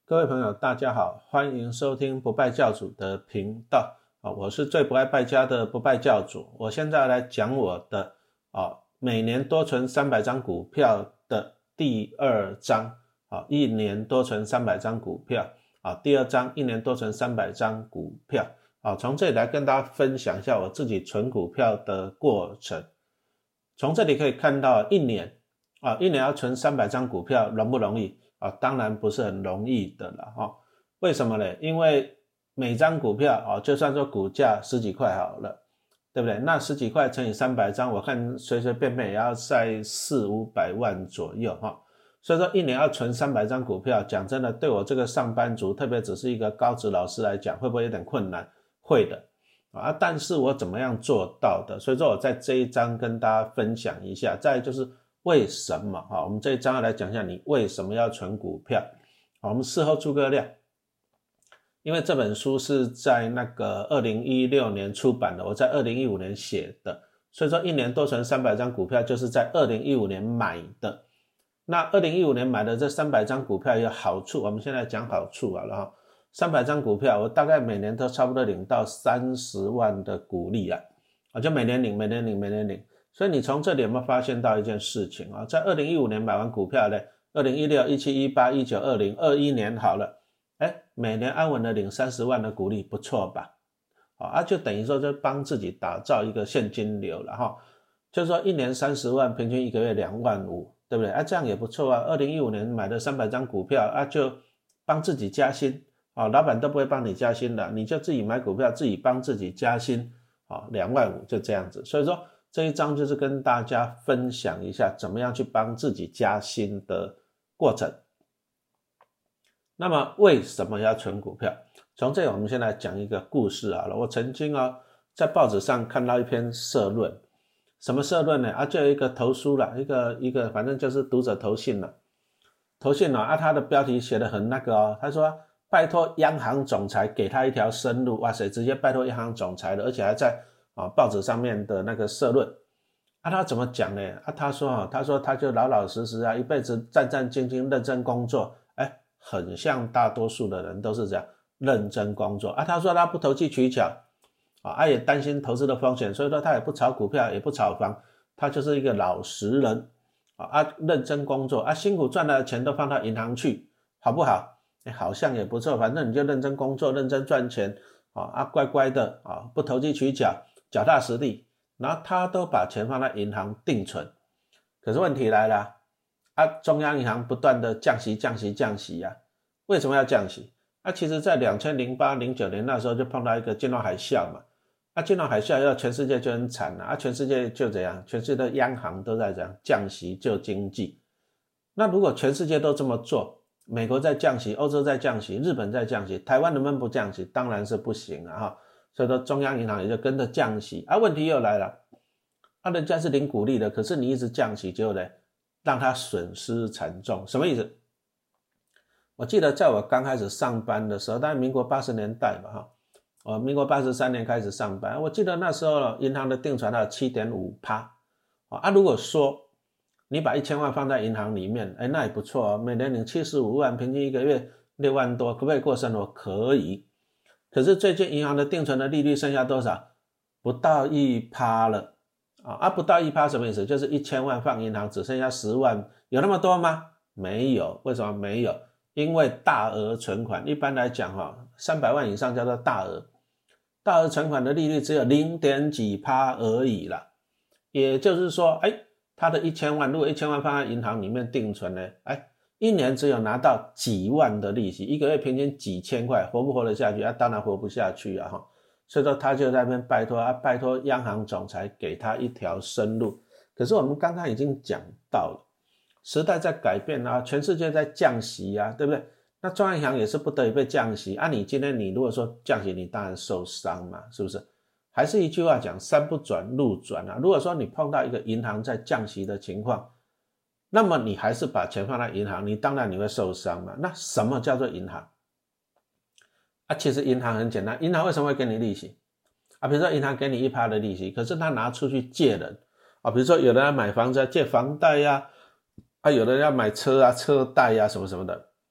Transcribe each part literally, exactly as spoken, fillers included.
各位朋友大家好，欢迎收听不败教主的频道。我是最不爱败家的不败教主。我现在来讲我的每年多存三百张股票的第二章，一年多存三百张股票，第二章一年多存三百张股票。从这里来跟大家分享一下我自己存股票的过程。从这里可以看到一年一年要存三百张股票容不容易？啊，当然不是很容易的啦哈、哦。为什么呢？因为每张股票啊，就算说股价十几块好了，对不对？那十几块乘以三百张，我看随随便便也要在四五百万左右哈、哦。所以说一年要存三百张股票，讲真的，对我这个上班族，特别只是一个高职老师来讲，会不会有点困难？会的啊。但是我怎么样做到的？所以说我在这一章跟大家分享一下。再来就是为什么？我们这一章要来讲一下你为什么要存股票。我们事后诸葛亮，因为这本书是在那个二零一六年出版的，我在二零一五年写的，所以说一年多存三百张股票就是在二零一五年买的。那二零一五年买的这三百张股票有好处，我们现在讲好处好了哈。三百张股票我大概每年都差不多领到三十万的股利啊，我就每年领每年领每年领。所以你从这里有没有发现到一件事情啊？在二零一五年买完股票呢，二零一六、一七、一八、一九、二零、二一年好了，哎，每年安稳的领三十万的股利，不错吧？啊，就等于说就帮自己打造一个现金流了哈。就是说一年三十万，平均一个月两万五，对不对？啊，这样也不错啊。二零一五年买的三百张股票啊，就帮自己加薪啊，老板都不会帮你加薪的，你就自己买股票，自己帮自己加薪啊，两万五就这样子。所以说。这一章就是跟大家分享一下怎么样去帮自己加薪的过程。那么为什么要存股票？从这里我们先来讲一个故事好了。我曾经啊在报纸上看到一篇社论，什么社论呢？啊，就有一个投书啦，一个一个反正就是读者投信了，投信了啊，他的标题写得很那个哦，他说拜托央行总裁给他一条生路，哇塞，直接拜托央行总裁了，而且还在。啊，报纸上面的那个社论啊，他怎么讲呢？啊，他说啊，他说他就老老实实啊，一辈子战战兢兢认真工作，哎，很像大多数的人都是这样认真工作啊。他说他不投机取巧啊，他也担心投资的风险，所以说他也不炒股票，也不炒房，他就是一个老实人啊，啊认真工作啊，辛苦赚来的钱都放到银行去，好不好？哎，好像也不错，反正你就认真工作，认真赚钱啊，啊乖乖的啊，不投机取巧。脚踏实地，然后他都把钱放在银行定存。可是问题来了啊，中央银行不断的降息降息降息啊，为什么要降息？啊，其实在二零零八、零九年那时候就碰到一个金融海啸嘛，啊，金融海啸要全世界就很惨了啊，全世界就这样，全世界的央行都在这样降息救经济。那如果全世界都这么做，美国在降息，欧洲在降息，日本在降息，台湾能不能不降息？当然是不行啊哈。所以说中央银行也就跟着降息啊，问题又来了啊，人家是领股利的，可是你一直降息，结果呢让他损失惨重。什么意思？我记得在我刚开始上班的时候，大概民国八十年代吧哈，我民国八十三年开始上班，我记得那时候银行的定存还有 百分之七点五 啊，如果说你把一千万放在银行里面，哎，那也不错哦，每年领七十五万，平均一个月六万多，可不可以过生活？可以。可是最近银行的定存的利率剩下多少？不到 百分之一 了啊！不到 百分之一 什么意思？就是一千万放银行只剩下十万，有那么多吗？没有。为什么没有？因为大额存款一般来讲哈、哦，三百万以上叫做大额，大额存款的利率只有 零点几趴 而已啦。也就是说，哎，他的一千万，如果一千万放在银行里面定存呢，哎。一年只有拿到几万的利息，一个月平均几千块，活不活得下去啊？当然活不下去啊！哈，所以说他就在那边拜托啊，拜托央行总裁给他一条生路。可是我们刚刚已经讲到了，时代在改变啊，全世界在降息啊，对不对？那中央银行也是不得已被降息啊。你今天你如果说降息，你当然受伤嘛，是不是？还是一句话讲，山不转路转啊。如果说你碰到一个银行在降息的情况，那么你还是把钱放在银行，你当然你会受伤嘛。那什么叫做银行啊？其实银行很简单，银行为什么会给你利息啊？比如说银行给你 百分之一 的利息，可是他拿出去借人啊，比如说有人要买房子要借房贷呀、啊，啊有人要买车啊车贷呀、啊、什么什么的，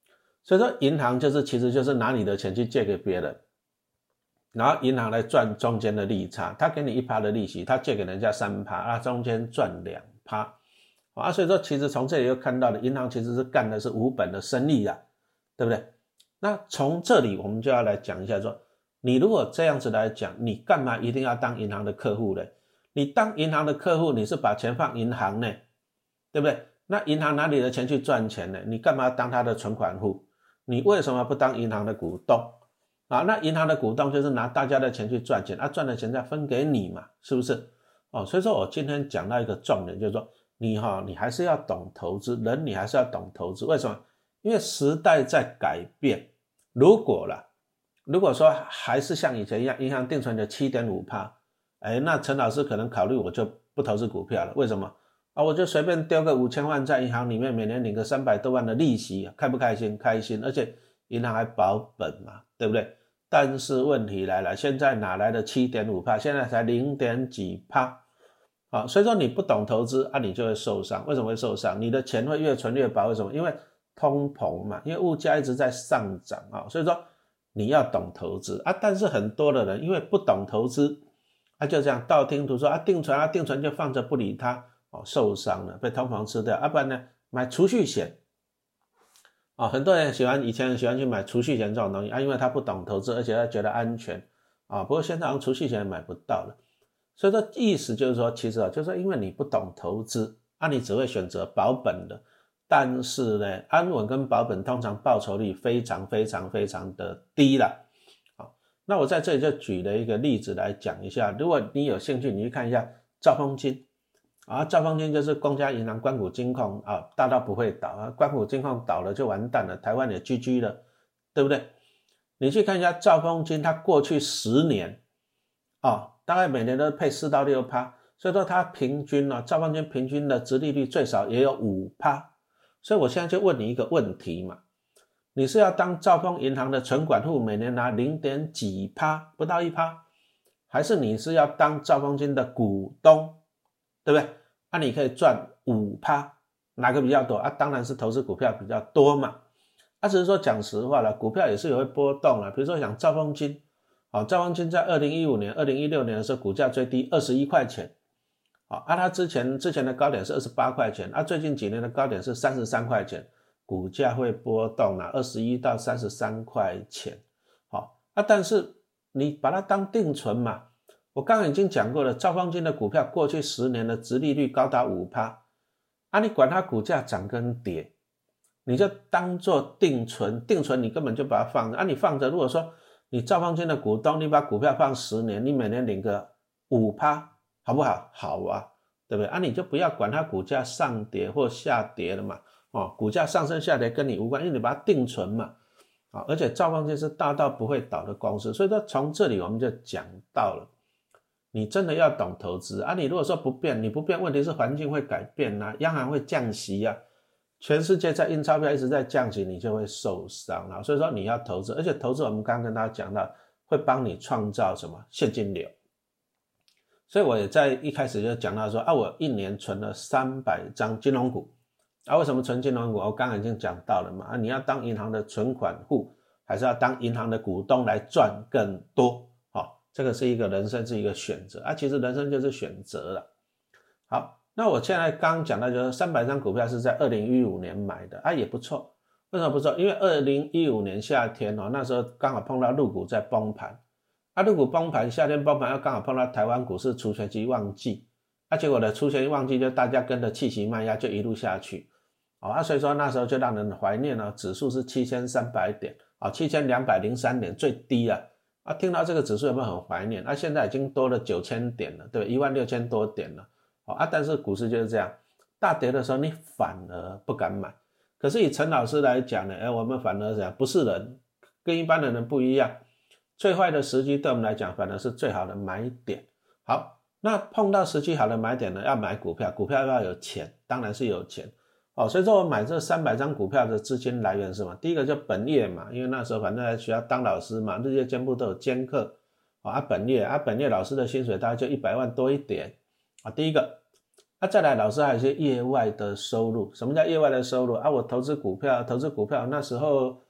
所以说银行就是其实就是拿你的钱去借给别人，然后银行来赚中间的利差，他给你 百分之一 的利息，他借给人家 百分之三， 啊中间赚 百分之二。啊，所以说其实从这里又看到了银行其实是干的是无本的生意啊，对不对？那从这里我们就要来讲一下说，你如果这样子来讲，你干嘛一定要当银行的客户呢？你当银行的客户，你是把钱放银行呢，对不对？那银行拿你的钱去赚钱呢，你干嘛当他的存款户？你为什么不当银行的股东啊？那银行的股东就是拿大家的钱去赚钱啊，赚的钱再分给你嘛，是不是？哦，所以说我今天讲到一个重点，就是说你哈、哦，你还是要懂投资，人你还是要懂投资。为什么？因为时代在改变。如果啦，如果说还是像以前一样，银行定存的 百分之七点五， 哎，那陈老师可能考虑我就不投资股票了。为什么？啊，我就随便丢个五千万在银行里面，每年领个三百多万的利息，开不开心？开心，而且银行还保本嘛，对不对？但是问题来了，现在哪来的 百分之七点五？ 现在才 零点几%。啊，所以说你不懂投资啊，你就会受伤。为什么会受伤？你的钱会越存越薄，为什么？因为通膨嘛，因为物价一直在上涨啊，所以说你要懂投资啊。但是很多的人因为不懂投资，他、啊、就这样道听途说啊，定存啊，定存就放着不理他，哦，受伤了，被通膨吃掉。啊，不然呢，买储蓄险啊，很多人喜欢以前喜欢去买储蓄险这种东西啊，因为他不懂投资，而且他觉得安全啊。不过现在好像储蓄险也买不到了。所以说意思就是说，其实啊，就是说因为你不懂投资啊，你只会选择保本的，但是呢，安稳跟保本通常报酬率非常非常非常的低啦。好，那我在这里就举了一个例子来讲一下，如果你有兴趣，你去看一下兆丰金啊，兆丰金就是公家银行官股金控啊，大到不会倒啊，官股金控倒了就完蛋了，台湾也 G G 了，对不对？你去看一下兆丰金，它过去十年啊。大概每年都配 百分之四到百分之六， 所以说它平均啊，兆丰金平均的殖利率最少也有 百分之五。 所以我现在就问你一个问题嘛，你是要当兆丰银行的存款户，每年拿 零点几%，不到 百分之一， 还是你是要当兆丰金的股东，对不对？那、啊、你可以赚 百分之五， 哪个比较多啊？当然是投资股票比较多嘛。啊，只是说讲实话了，股票也是有会波动了，比如说像兆丰金好，兆丰金在二零一五年、二零一六年的时候，股价最低二十一块钱。好，啊，它之前之前的高点是二十八块钱，啊，最近几年的高点是三十三块钱，股价会波动啊，二十一到三十三块钱。好，啊，但是你把它当定存嘛，我刚刚已经讲过了，兆丰金的股票过去十年的殖利率高达 百分之五， 啊，你管它股价涨跟跌，你就当做定存，定存你根本就把它放着，啊，你放着，如果说你兆丰金的股东，你把股票放十年，你每年领个 百分之五， 好不好？好啊，对不对？啊，你就不要管它股价上跌或下跌了嘛。哦，股价上升下跌跟你无关，因为你把它定存嘛。啊、哦，而且兆丰金是大到不会倒的公司，所以说从这里我们就讲到了，你真的要懂投资啊。你如果说不变，你不变，问题是环境会改变啊，央行会降息啊。全世界在印钞票一直在降息，你就会受伤了。所以说你要投资，而且投资我们刚刚跟大家讲到，会帮你创造什么现金流。所以我也在一开始就讲到说啊，我一年存了三百张金融股啊。为什么存金融股？我刚刚已经讲到了嘛。啊，你要当银行的存款户，还是要当银行的股东来赚更多？好、哦，这个是一个人生是一个选择啊。其实人生就是选择了。好。那我现在刚刚讲到就是三百张股票是在二零一五年买的啊，也不错。为什么不错？因为二零一五年夏天哦，那时候刚好碰到陆股在崩盘啊，陆股崩盘，夏天崩盘又刚好碰到台湾股市除权息旺季啊，结果的除权息旺季就大家跟着气息卖压就一路下去啊，所以说那时候就让人怀念了，指数是七千三百点啊，七千两百零三点最低啊啊，听到这个指数有没有很怀念啊？现在已经多了九千点了，对，一万六千多点了。啊，但是股市就是这样，大跌的时候你反而不敢买。可是以陈老师来讲呢，哎，我们反而讲不是人，跟一般的人不一样。最坏的时机对我们来讲，反而是最好的买点。好，那碰到时机好的买点呢，要买股票，股票要有钱，当然是有钱。哦，所以说我买这三百张股票的资金来源是什么？第一个就本业嘛，因为那时候反正在学校当老师嘛，日夜兼部都有兼课。啊，本业啊，本业老师的薪水大概就一百万多一点。啊，第一个。啊，再来，老师还有一些业外的收入。什么叫业外的收入啊？我投资股票，投资股票那时候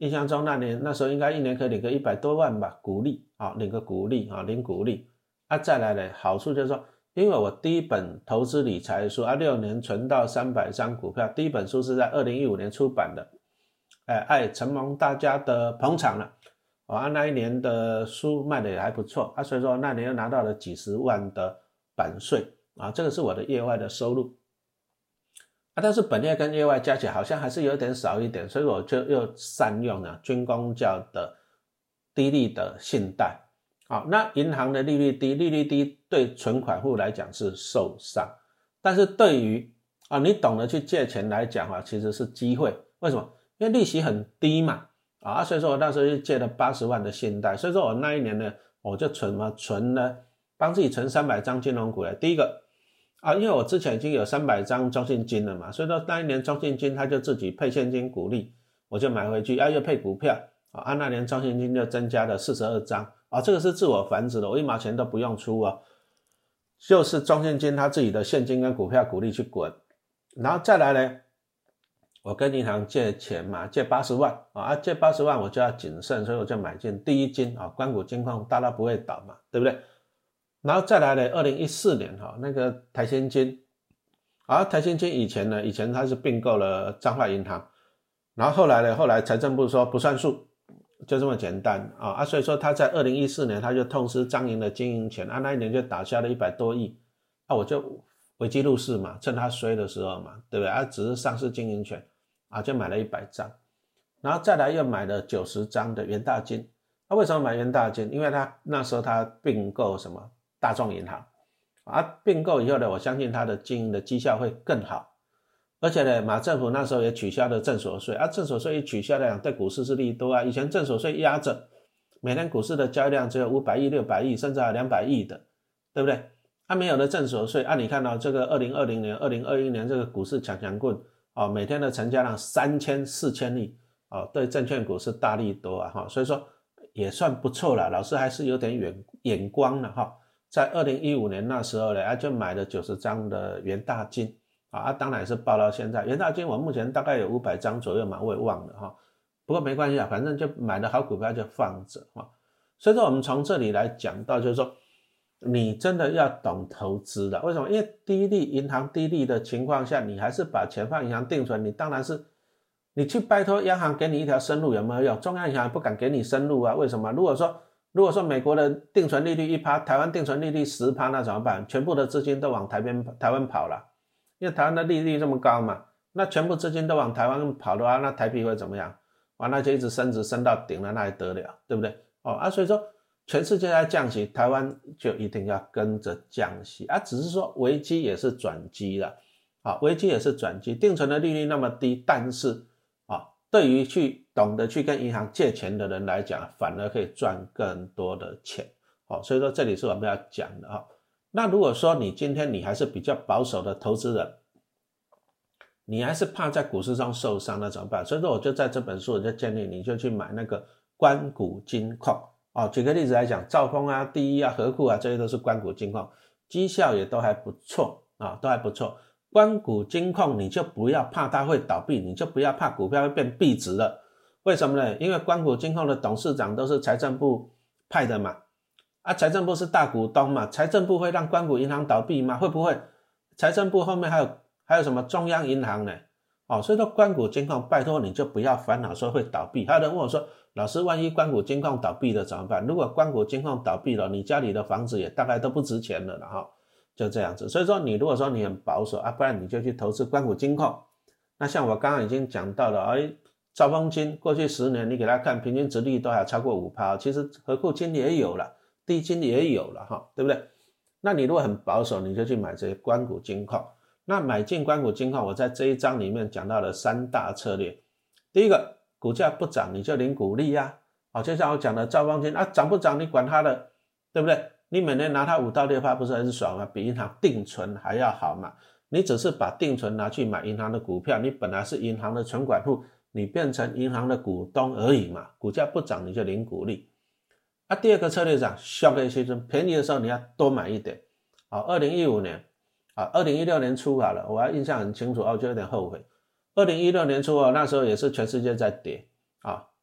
印象中那年那时候应该一年可以领个一百多万吧，股利啊，领个股利啊，领股利啊。再来呢，好处就是说，因为我第一本投资理财书啊，六年存到三百张股票，第一本书是在二零一五年出版的，哎，爱承蒙大家的捧场了。啊，那一年的书卖的也还不错啊，所以说那年又拿到了几十万的版税啊，这个是我的业外的收入啊，但是本业跟业外加起来好像还是有点少一点，所以我就又善用了军公教的低利的信贷。好，那银行的利率低，利率低对存款户来讲是受伤，但是对于啊你懂得去借钱来讲啊，其实是机会。为什么？因为利息很低嘛。啊，所以说我那时候就借了八十万的信贷，所以说我那一年呢，我就存嘛，存了，帮自己存三百张金融股了。第一个啊，因为我之前已经有三百张中信金了嘛，所以说那一年中信金它就自己配现金股利，我就买回去，啊又配股票，啊那年中信金就增加了四十二张，啊这个是自我繁殖的，我一毛钱都不用出哦，就是中信金它自己的现金跟股票股利去滚，然后再来呢。我跟银行借钱嘛，借八十万啊，借八十万我就要谨慎，所以我就买进第一金啊，官股金矿大到不会倒嘛，对不对？然后再来呢，二零一四年哈，那个台新金，啊，台新金以前呢，以前它是并购了彰化银行，然后后来呢，后来财政部说不算数，就这么简单啊，啊，所以说他在二零一四年他就痛失彰银的经营权，啊，那一年就打下了一百多亿，啊，我就危机入市嘛，趁他衰的时候嘛，对不对？啊，只是上市经营权。啊，就买了一百张，然后再来又买了九十张的元大金。那、啊、为什么买元大金？因为他那时候他并购什么大众银行，啊，并购以后呢，我相信他的经营的绩效会更好。而且呢，马政府那时候也取消了证所税，啊，证所税一取消来讲，对股市是利多啊。以前证所税压着，每天股市的交易量只有五百亿、六百亿，甚至还有两百亿的，对不对？啊，没有了证所税，啊，你看到、哦、这个二零二零年、二零二一年这个股市强强棍。哦，每天的成交量三千四千亿，哦，对证券股是大利多啊，哈，所以说也算不错了，老师还是有点眼眼光了哈。在二零一五年那时候呢，啊就买了九十张的元大金啊，啊当然也是报到现在，元大金我目前大概有五百张左右嘛，我也忘了哈，不过没关系啊，反正就买的好股票就放着哈。所以说我们从这里来讲到，就是说。你真的要懂投资的，为什么？因为低利银行低利的情况下，你还是把钱放银行定存，你当然是你去拜托央行给你一条生路有没有用？中央银行不敢给你生路啊，为什么？如果说如果说美国的定存利率 百分之一， 台湾定存利率 百分之十， 那怎么办？全部的资金都往台边台湾跑了，因为台湾的利率这么高嘛，那全部资金都往台湾跑的话，那台币会怎么样？哇，那就一直升值升到顶了，那还得了，对不对？哦啊，所以说。全世界在降息，台湾就一定要跟着降息啊！只是说危机也是转机了，啊，危机也是转机。定存的利率那么低，但是啊，对于去懂得去跟银行借钱的人来讲，反而可以赚更多的钱。哦，所以说这里是我们要讲的啊。那如果说你今天你还是比较保守的投资人，你还是怕在股市上受伤，那怎么办？所以说我就在这本书我就建议你就去买那个官股金控。哦，举个例子来讲，兆丰啊、第一啊、和库啊，这些都是官股金控，绩效也都还不错啊，都还不错。官股金控你就不要怕它会倒闭，你就不要怕股票会变币值了。为什么呢？因为官股金控的董事长都是财政部派的嘛，啊，财政部是大股东嘛，财政部会让官股银行倒闭吗？会不会？财政部后面还有还有什么中央银行呢？哦，所以说官股金控，拜托你就不要烦恼说会倒闭。还有人问我说，老师，万一官股金控倒闭了怎么办？如果官股金控倒闭了，你家里的房子也大概都不值钱了哈，就这样子。所以说你如果说你很保守啊，不然你就去投资官股金控。那像我刚刚已经讲到了，哎，兆丰金过去十年你给他看平均殖利率都还超过 百分之五， 其实和库金也有了，低金也有了哈，对不对？那你如果很保守，你就去买这些官股金控。那买进官股金控，我在这一章里面讲到了三大策略。第一个，股价不涨你就领股利啊，哦，就像我讲的兆丰金啊，涨不涨你管它的，对不对？你每年拿它 百分之五到百分之六 不是很爽吗？比银行定存还要好嘛。你只是把定存拿去买银行的股票，你本来是银行的存款户，你变成银行的股东而已嘛，股价不涨你就领股利。啊，第二个策略讲，小的时候便宜的时候你要多买一点。好，二零一五年啊，二零一六年初好了，我还印象很清楚，我就有点后悔。二零一六年初啊，那时候也是全世界在跌啊，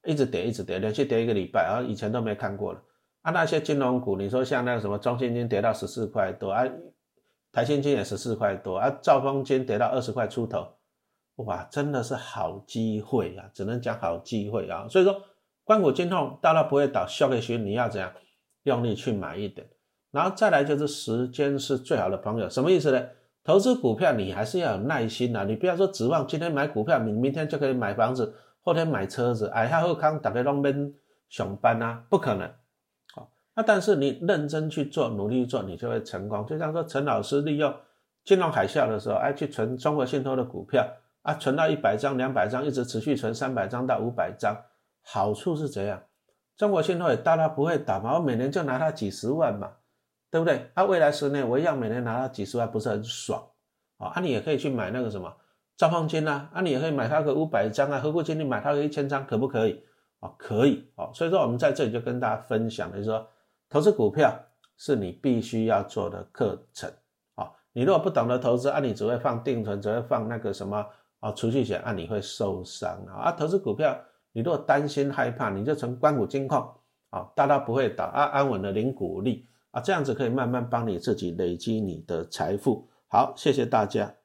一直跌一直跌，连续跌一个礼拜，然后以前都没看过了。啊，那些金融股，你说像那个什么中信金跌到十四块多啊，台新金也十四块多啊，兆丰金跌到二十块出头，哇，真的是好机会啊，只能讲好机会啊。所以说，官股金控大到不会倒，笑给寻你要怎样用力去买一点，然后再来就是时间是最好的朋友，什么意思呢？投资股票你还是要有耐心啊，你不要说指望今天买股票，你明天就可以买房子，后天买车子，哎呀，后康大家都免上班啊，不可能。那但是你认真去做，努力去做，你就会成功。就像说陈老师利用金融海啸的时候，哎，去存中国信托的股票啊，存到一百张、两百张，一直持续存三百张到五百张。好处是怎样？中国信托也大到不会倒嘛，我每年就拿它几十万嘛，对不对？啊，未来十年我一样每年拿到几十万，不是很爽啊？啊，你也可以去买那个什么兆丰金啊，啊，你也可以买它个五百张啊，合库金你买它个一千张，可不可以？啊，可以啊。所以说我们在这里就跟大家分享的就是说，投资股票是你必须要做的课程啊！你如果不懂得投资啊，你只会放定存，只会放那个什么啊储蓄险啊，你会受伤啊！啊，投资股票你如果担心害怕，你就存官股金控啊，大到不会倒啊，安稳的领股利啊，这样子可以慢慢帮你自己累积你的财富。好，谢谢大家。